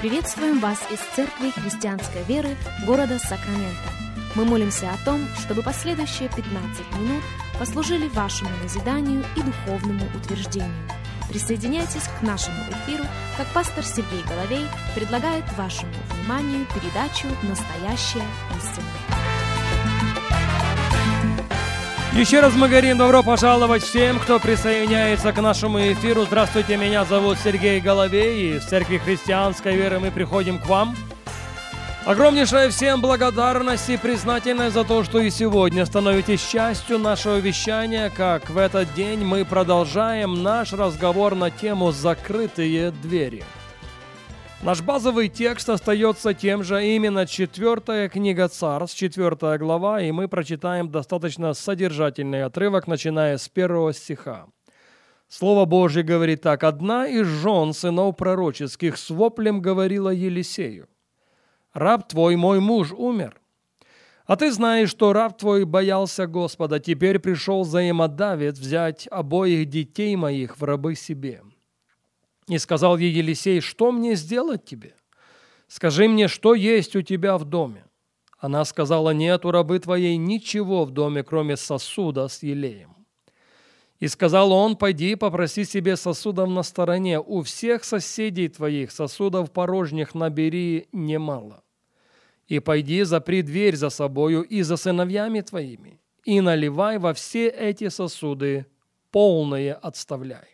Приветствуем вас из Церкви Христианской Веры города Сакраменто. Мы молимся о том, чтобы последующие 15 минут послужили вашему назиданию и духовному утверждению. Присоединяйтесь к нашему эфиру, как пастор Сергей Головей предлагает вашему вниманию передачу «Настоящая истина». Еще раз мы говорим добро пожаловать всем, кто присоединяется к нашему эфиру. Здравствуйте, меня зовут Сергей Головей, и в Церкви Христианской Веры мы приходим к вам. Огромнейшая всем благодарность и признательность за то, что и сегодня становитесь частью нашего вещания, как в этот день мы продолжаем наш разговор на тему «Закрытые двери». Наш базовый текст остается тем же, именно 4 книга Царств, 4 глава, и мы прочитаем достаточно содержательный отрывок, начиная с 1 стиха. Слово Божье говорит так: «Одна из жен сынов пророческих с воплем говорила Елисею: раб твой, мой муж, умер. А ты знаешь, что раб твой боялся Господа. Теперь пришел взаимодавец взять обоих детей моих в рабы себе». И сказал ей Елисей: «Что мне сделать тебе? Скажи мне, что есть у тебя в доме?» Она сказала: «Нет у рабы твоей ничего в доме, кроме сосуда с елеем». И сказал он: «Пойди, попроси себе сосудов на стороне. У всех соседей твоих сосудов порожних набери немало. И пойди, запри дверь за собою и за сыновьями твоими, и наливай во все эти сосуды, полные отставляй».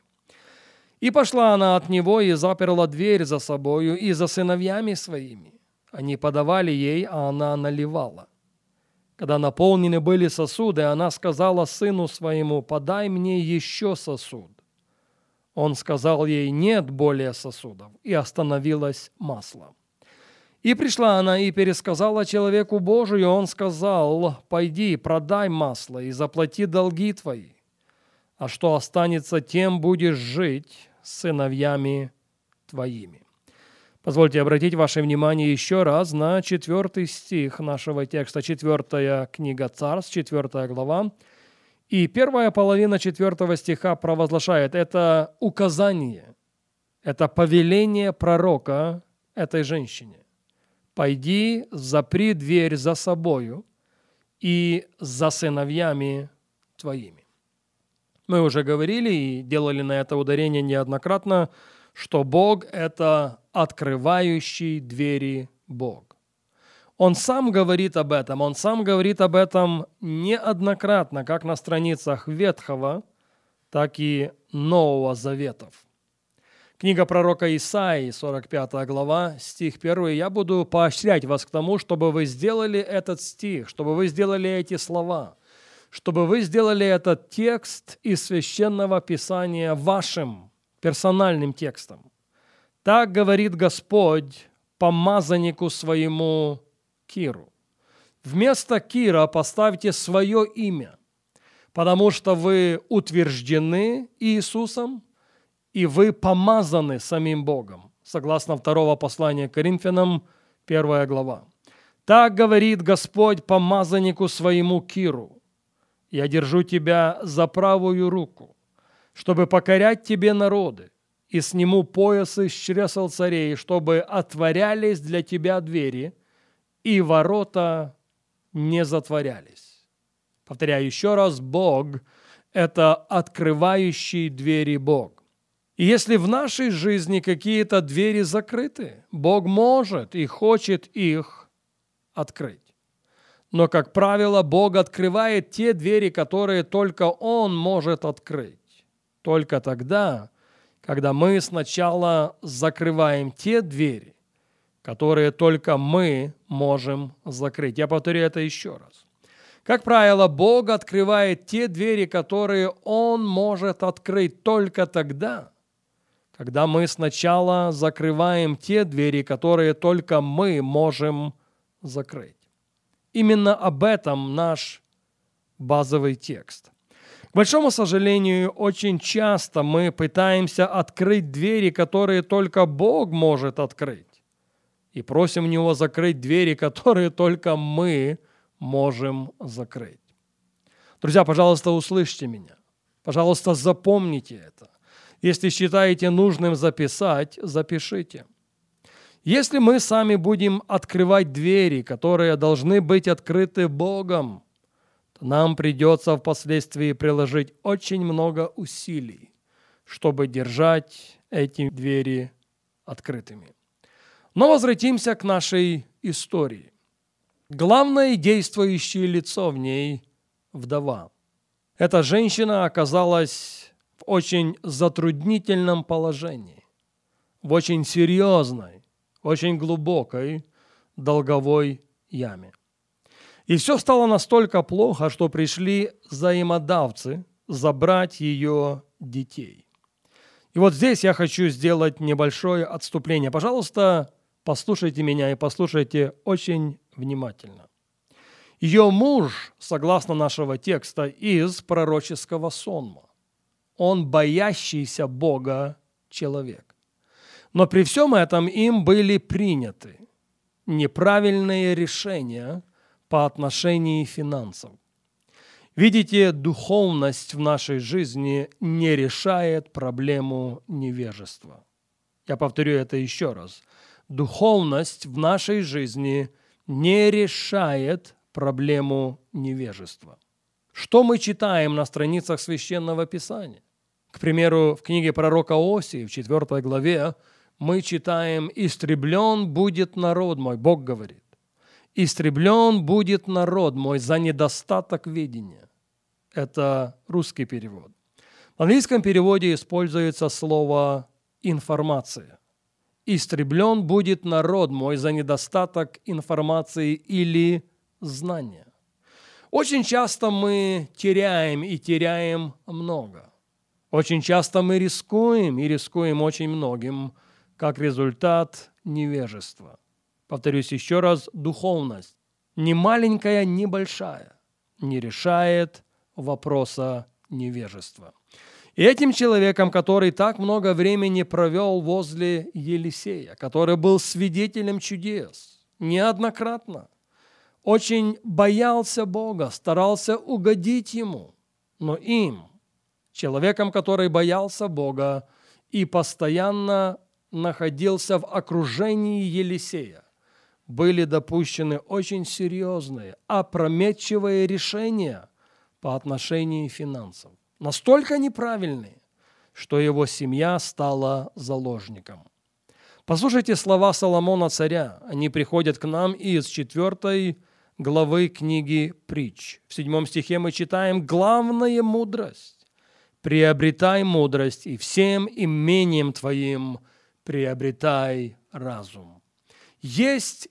И пошла она от него и заперла дверь за собою и за сыновьями своими. Они подавали ей, а она наливала. Когда наполнены были сосуды, она сказала сыну своему: «Подай мне еще сосуд». Он сказал ей: «Нет более сосудов», и остановилось масло. И пришла она и пересказала человеку Божию, он сказал: «Пойди, продай масло и заплати долги твои, а что останется, тем будешь жить с сыновьями твоими». Позвольте обратить ваше внимание еще раз на 4 стих нашего текста, 4 книга Царств, 4 глава. И первая половина 4 стиха провозглашает это указание, это повеление пророка этой женщине: «Пойди, запри дверь за собою и за сыновьями твоими». Мы уже говорили и делали на это ударение неоднократно, что Бог – это открывающий двери Бог. Он сам говорит об этом, Он сам говорит об этом неоднократно, как на страницах Ветхого, так и Нового Заветов. Книга пророка Исаии, 45 глава, стих 1. Я буду поощрять вас к тому, чтобы вы сделали этот стих, чтобы вы сделали эти слова, чтобы вы сделали этот текст из Священного Писания вашим персональным текстом. Так говорит Господь помазаннику своему Киру. Вместо Кира поставьте свое имя, потому что вы утверждены Иисусом, и вы помазаны самим Богом, согласно 2 послания к Коринфянам, 1 глава. Так говорит Господь помазаннику своему Киру: «Я держу тебя за правую руку, чтобы покорять тебе народы, и сниму поясы с чресл царей, чтобы отворялись для тебя двери, и ворота не затворялись». Повторяю еще раз, Бог – это открывающий двери Бог. И если в нашей жизни какие-то двери закрыты, Бог может и хочет их открыть. Но, как правило, Бог открывает те двери, которые только Он может открыть. Только тогда, когда мы сначала закрываем те двери, которые только мы можем закрыть. Я повторю это еще раз. Как правило, Бог открывает те двери, которые Он может открыть только тогда, когда мы сначала закрываем те двери, которые только мы можем закрыть. Именно об этом наш базовый текст. К большому сожалению, очень часто мы пытаемся открыть двери, которые только Бог может открыть, и просим у Него закрыть двери, которые только мы можем закрыть. Друзья, пожалуйста, услышьте меня. Пожалуйста, запомните это. Если считаете нужным записать, запишите. Если мы сами будем открывать двери, которые должны быть открыты Богом, то нам придется впоследствии приложить очень много усилий, чтобы держать эти двери открытыми. Но возвратимся к нашей истории. Главное действующее лицо в ней – вдова. Эта женщина оказалась в очень затруднительном положении, в очень серьезной, очень глубокой долговой яме. И все стало настолько плохо, что пришли взаимодавцы забрать ее детей. И вот здесь я хочу сделать небольшое отступление. Пожалуйста, послушайте меня и послушайте очень внимательно. Ее муж, согласно нашего текста, из пророческого сонма. Он боящийся Бога человек. Но при всем этом им были приняты неправильные решения по отношению финансов. Видите, духовность в нашей жизни не решает проблему невежества. Я повторю это еще раз. Духовность в нашей жизни не решает проблему невежества. Что мы читаем на страницах Священного Писания? К примеру, в книге пророка Осии, в 4 главе, мы читаем «Истреблен будет народ мой», Бог говорит. «Истреблен будет народ мой за недостаток ведения». Это русский перевод. В английском переводе используется слово «информация». «Истреблен будет народ мой за недостаток информации» или знания. Очень часто мы теряем и теряем много. Очень часто мы рискуем и рискуем очень многим, как результат невежества. Повторюсь еще раз, духовность, ни маленькая, ни большая, не решает вопроса невежества. И этим человеком, который так много времени провел возле Елисея, который был свидетелем чудес неоднократно, очень боялся Бога, старался угодить Ему, но им, человеком, который боялся Бога и постоянно находился в окружении Елисея, были допущены очень серьезные, опрометчивые решения по отношению финансов. Настолько неправильные, что его семья стала заложником. Послушайте слова Соломона царя. Они приходят к нам из 4 главы книги Притч. В 7 стихе мы читаем: «Главная мудрость, приобретай мудрость, и всем имением твоим приобретай разум». Есть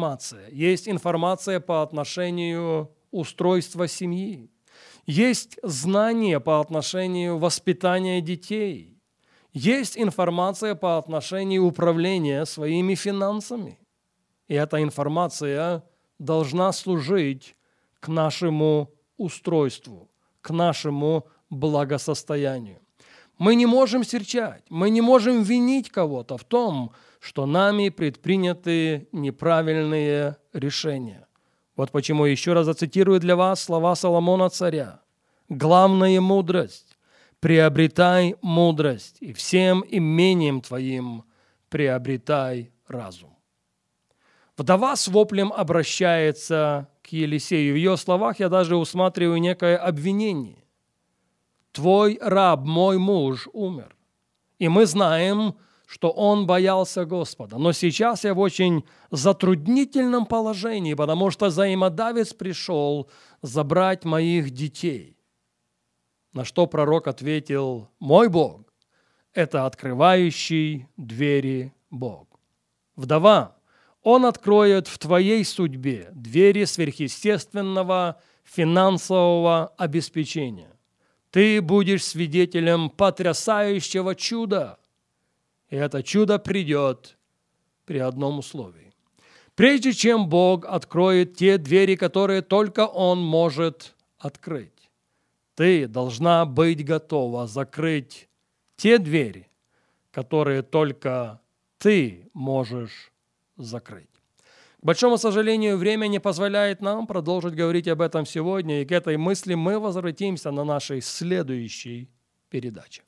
информация по отношению устройства семьи, есть знание по отношению воспитания детей, есть информация по отношению управления своими финансами. И эта информация должна служить к нашему устройству, к нашему благосостоянию. Мы не можем серчать, мы не можем винить кого-то в том, что нами предприняты неправильные решения. Вот почему еще раз зацитирую для вас слова Соломона царя. «Главная мудрость, приобретай мудрость, и всем имением твоим приобретай разум». Вдова с воплем обращается к Елисею. В ее словах я даже усматриваю некое обвинение. «Твой раб, мой муж, умер». И мы знаем, что он боялся Господа. Но сейчас я в очень затруднительном положении, потому что взаимодавец пришел забрать моих детей. На что пророк ответил: «Мой Бог – это открывающий двери Бог». Вдова, Он откроет в твоей судьбе двери сверхъестественного финансового обеспечения. Ты будешь свидетелем потрясающего чуда. И это чудо придет при одном условии. Прежде чем Бог откроет те двери, которые только Он может открыть, ты должна быть готова закрыть те двери, которые только ты можешь закрыть. К большому сожалению, время не позволяет нам продолжить говорить об этом сегодня, и к этой мысли мы возвратимся на нашей следующей передаче.